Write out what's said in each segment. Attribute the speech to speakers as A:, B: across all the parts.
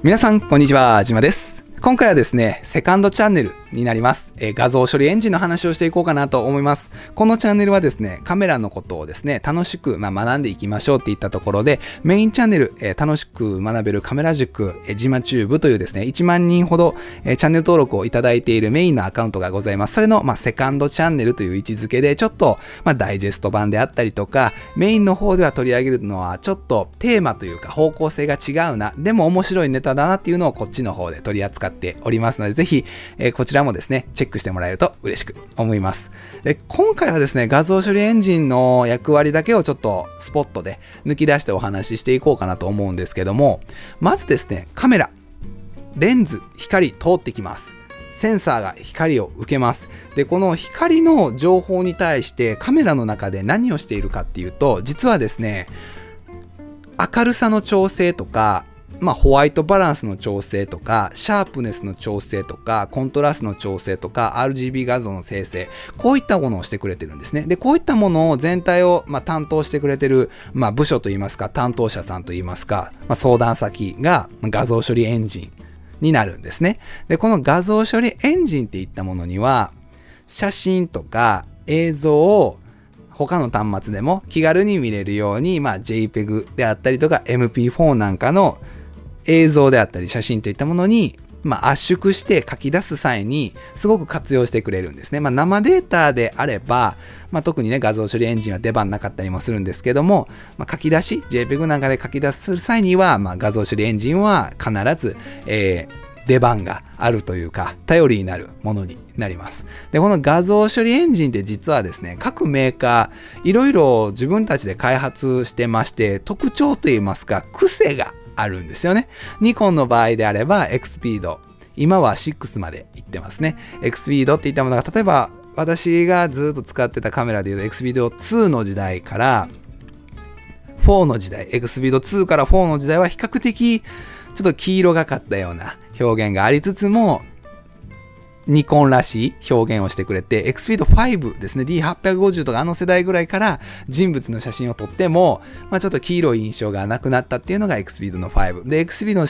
A: 皆さんこんにちは、じまです。今回はですね、セカンドチャンネルになります。画像処理エンジンの話をしていこうかなと思います。このチャンネルはですね、カメラのことをですね、楽しく学んでいきましょうっていったところで、メインチャンネル、楽しく学べるカメラ塾、じまチューブというですね、1万人ほど、チャンネル登録をいただいているメインのアカウントがございます。それの、セカンドチャンネルという位置づけで、ちょっと、ダイジェスト版であったりとか、メインの方では取り上げるのは、ちょっとテーマというか方向性が違うな、でも面白いネタだなっていうのをこっちの方で取り扱っておりますので、ぜひ、こちらもですね、チェックしてもらえると嬉しく思います。で、今回はですね、画像処理エンジンの役割だけをちょっとスポットで抜き出してお話ししていこうかなと思うんですけども、まずですね、カメラ、レンズ、光通ってきます。センサーが光を受けます。で、この光の情報に対してカメラの中で何をしているかっていうと、実はですね、明るさの調整とか、ホワイトバランスの調整とか、シャープネスの調整とか、コントラストの調整とか、RGB 画像の生成、こういったものをしてくれてるんですね。で、こういったものを全体を、担当してくれてる、部署といいますか、担当者さんといいますか、相談先が画像処理エンジンになるんですね。で、この画像処理エンジンっていったものには、写真とか映像を他の端末でも気軽に見れるように、JPEG であったりとか MP4 なんかの映像であったり写真といったものに、圧縮して書き出す際にすごく活用してくれるんですね。生データであれば、特にね、画像処理エンジンは出番なかったりもするんですけども、書き出し、JPEG なんかで書き出す際には、画像処理エンジンは必ず、出番があるというか、頼りになるものになります。で、この画像処理エンジンって実はですね、各メーカー、いろいろ自分たちで開発してまして、特徴といいますか、癖があるんですよね。ニコンの場合であれば、エクスピード。今は6まで行ってますね。エクスピードっていったものが、例えば、私がずっと使ってたカメラでいうと、エクスピード2の時代から、4の時代、エクスピード2から4の時代は比較的、ちょっと黄色がかったような表現がありつつも、ニコンらしい表現をしてくれて、エクスピード5ですね、D850 とかあの世代ぐらいから人物の写真を撮っても、ちょっと黄色い印象がなくなったっていうのがエクスピードの5。で、エクスピードの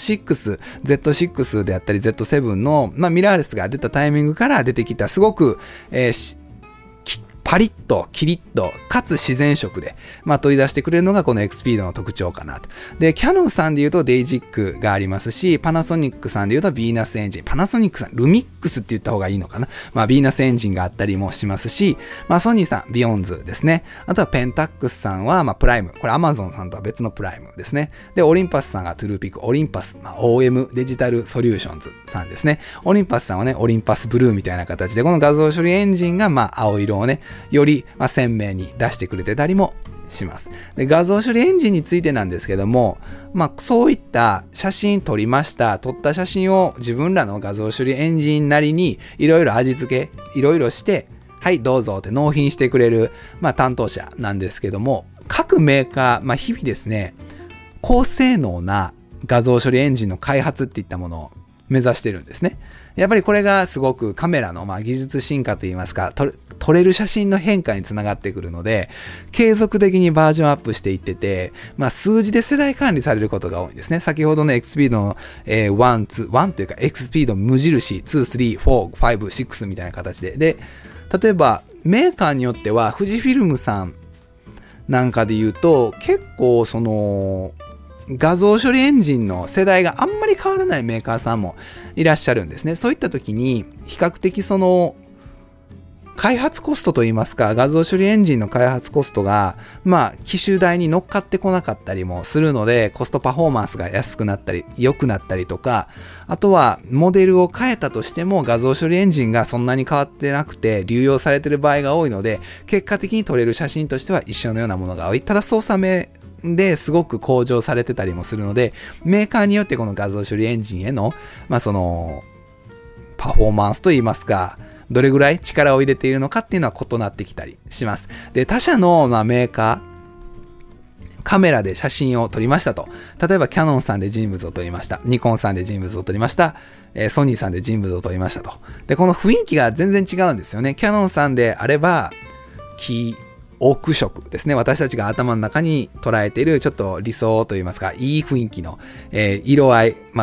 A: 6、Z6 であったり Z7 の、ミラーレスが出たタイミングから出てきたすごく、パリッとキリッとかつ自然色で、取り出してくれるのがこのエクスピードの特徴かなと。で、キヤノンさんで言うとデイジックがありますし、パナソニックさんで言うとビーナスエンジン、パナソニックさんルミックスって言った方がいいのかな、ビーナスエンジンがあったりもしますし、ソニーさんビヨンズですね。あとはペンタックスさんはプライム、これアマゾンさんとは別のプライムですね。で、オリンパスさんがトゥルーピック、オリンパス、OM デジタルソリューションズさんですね。オリンパスさんはね、オリンパスブルーみたいな形で、この画像処理エンジンが青色をね、より鮮明に出してくれてたりもします。で、画像処理エンジンについてなんですけども、そういった写真撮りました。撮った写真を自分らの画像処理エンジンなりにいろいろ味付け、いろいろして、はいどうぞって納品してくれる、担当者なんですけども、各メーカー、日々ですね、高性能な画像処理エンジンの開発っていったものを目指してるんですね。やっぱりこれがすごくカメラの技術進化といいますか、撮れる写真の変化につながってくるので、継続的にバージョンアップしていってて、数字で世代管理されることが多いんですね。先ほどのエクスピードの、1というかエクスピード無印、2、3、4、5、6みたいな形で。で、例えばメーカーによっては富士フィルムさんなんかで言うと、結構その、画像処理エンジンの世代があんまり変わらないメーカーさんもいらっしゃるんですね。そういった時に比較的その開発コストといいますか、画像処理エンジンの開発コストが機種代に乗っかってこなかったりもするので、コストパフォーマンスが安くなったり良くなったりとか、あとはモデルを変えたとしても画像処理エンジンがそんなに変わってなくて流用されている場合が多いので、結果的に撮れる写真としては一緒のようなものが多い。ただ操作名ですごく向上されてたりもするので、メーカーによってこの画像処理エンジンへの、そのパフォーマンスといいますか、どれぐらい力を入れているのかっていうのは異なってきたりします。で、他社のメーカー、カメラで写真を撮りましたと。例えばキヤノンさんで人物を撮りました。ニコンさんで人物を撮りました。ソニーさんで人物を撮りましたと。で、この雰囲気が全然違うんですよね。キヤノンさんであれば、オーク色ですね。私たちが頭の中に捉えているちょっと理想といいますか、いい雰囲気の、色合い、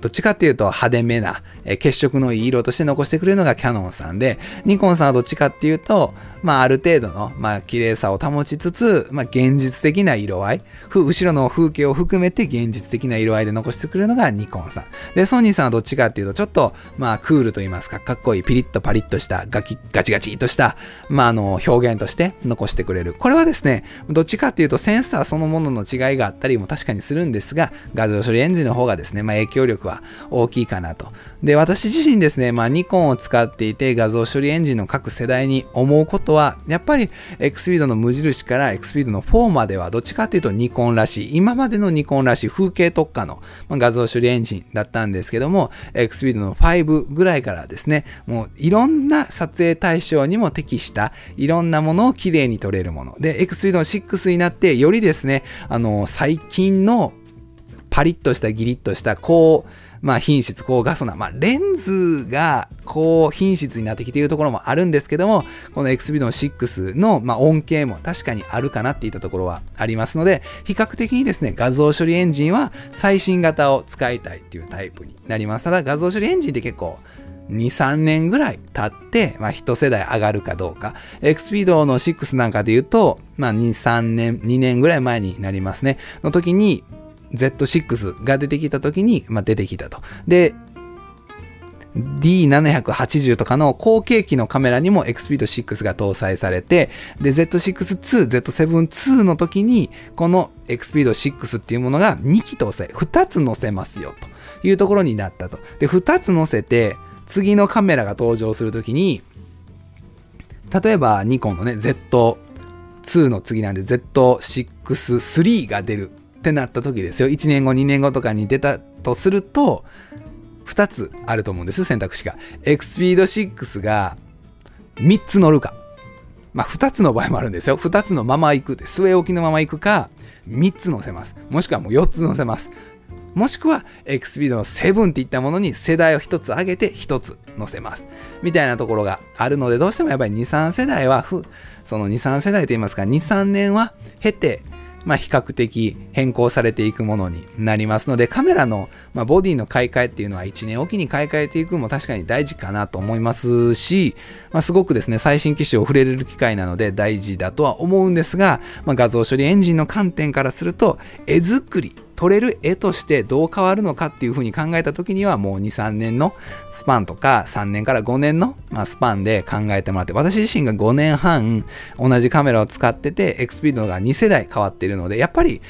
A: どっちかっていうと派手めな、血色のいい色として残してくれるのがキヤノンさんで、ニコンさんはどっちかっていうと、ある程度の、綺麗さを保ちつつ、現実的な色合い、後ろの風景を含めて現実的な色合いで残してくれるのがニコンさん。で、ソニーさんはどっちかっていうと、ちょっと、クールと言いますか、かっこいい、ピリッとパリッとした、ガチガチとした、表現として残してくれる。これはですね、どっちかっていうと、センサーそのものの違いがあったりも確かにするんですが、画像処理エンジンの方がですね、影響力は大きいかなと。で、私自身ですね、ニコンを使っていて、画像処理エンジンの各世代に思うことは、やっぱり XPEED の無印から XPEED の4までは、どっちかっていうとニコンらしい、今までのニコンらしい風景特化の画像処理エンジンだったんですけども、XPEED の5ぐらいからですね、もういろんな撮影対象にも適した、いろんなものをきれいに撮れるもの。で、XPEED の6になって、よりですね、最近のパリッとしたギリッとした品質、高画素な、レンズが高品質になってきているところもあるんですけども、この XPEED の6の、恩恵も確かにあるかなっていったところはありますので、比較的にですね、画像処理エンジンは最新型を使いたいっていうタイプになります。ただ、画像処理エンジンって結構、2、3年ぐらい経って、一世代上がるかどうか。XPEED の6なんかで言うと、2、3年、2年ぐらい前になりますね。の時に、Z6 が出てきた時に、出てきたと。で、D780 とかの後継機のカメラにも XPEED6 が搭載されて、で、Z6-2、Z7-2 の時に、この XPEED6 っていうものが2機搭載、2つ載せますよ、というところになったと。で、2つ載せて、次のカメラが登場するときに、例えばニコンのね、Z2 の次なんで Z6-3 が出るってなった時ですよ。1年後、2年後とかに出たとすると、2つあると思うんです、選択肢が。XPEED6 が3つ乗るか。2つの場合もあるんですよ。2つのまま行く。据え置きのまま行くか、3つ乗せます。もしくはもう4つ乗せます。もしくは XPEED の7っていったものに世代を1つ上げて1つ乗せます。みたいなところがあるので、どうしてもやっぱり2、3世代は、その2、3世代といいますか、2、3年は経て、比較的変更されていくものになりますので、カメラの、ボディの買い替えっていうのは1年おきに買い替えていくのも確かに大事かなと思いますし、すごくですね、最新機種を触れれる機会なので大事だとは思うんですが、画像処理エンジンの観点からすると、絵作り、撮れる絵としてどう変わるのかっていうふうに考えたときには、もう2、3年のスパンとか3年から5年のスパンで考えてもらって、私自身が5年半同じカメラを使ってて、XPEED が2世代変わっているので、やっぱり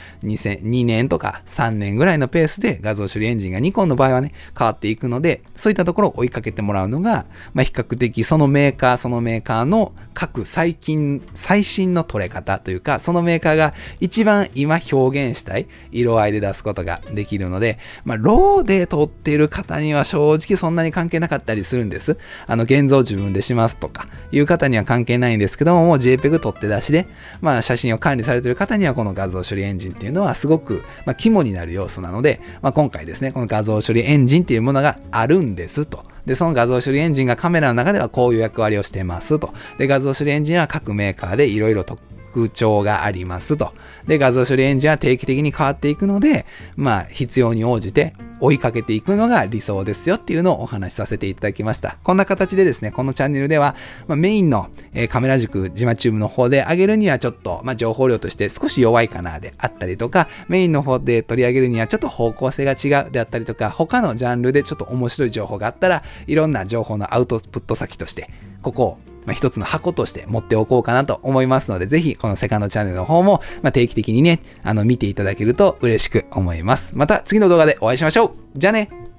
A: 2年とか3年ぐらいのペースで画像処理エンジンがニコンの場合はね、変わっていくので、そういったところを追いかけてもらうのが、比較的そのメーカーの各最新の撮れ方というか、そのメーカーが一番今表現したい色合いで出すことができるので、ローで撮っている方には正直そんなに関係なかったりするんです。現像自分でしますとかいう方には関係ないんですけども、もう JPEG 撮って出しで、写真を管理されている方にはこの画像処理エンジンっていうのはすごく、肝になる要素なので、今回ですね、この画像処理エンジンっていうものがあるんですと。で、その画像処理エンジンがカメラの中ではこういう役割をしてますと。で、画像処理エンジンは各メーカーでいろいろ特徴がありますと。で、画像処理エンジンは定期的に変わっていくので、必要に応じて追いかけていくのが理想ですよっていうのをお話しさせていただきました。こんな形でですね、このチャンネルでは、メインの、カメラ塾ジマチューブの方で上げるにはちょっと、情報量として少し弱いかなであったりとか、メインの方で取り上げるにはちょっと方向性が違うであったりとか、他のジャンルでちょっと面白い情報があったら、いろんな情報のアウトプット先として、ここを一つの箱として持っておこうかなと思いますので、ぜひこのセカンドチャンネルの方も定期的にね、見ていただけると嬉しく思います。また次の動画でお会いしましょう。じゃあね。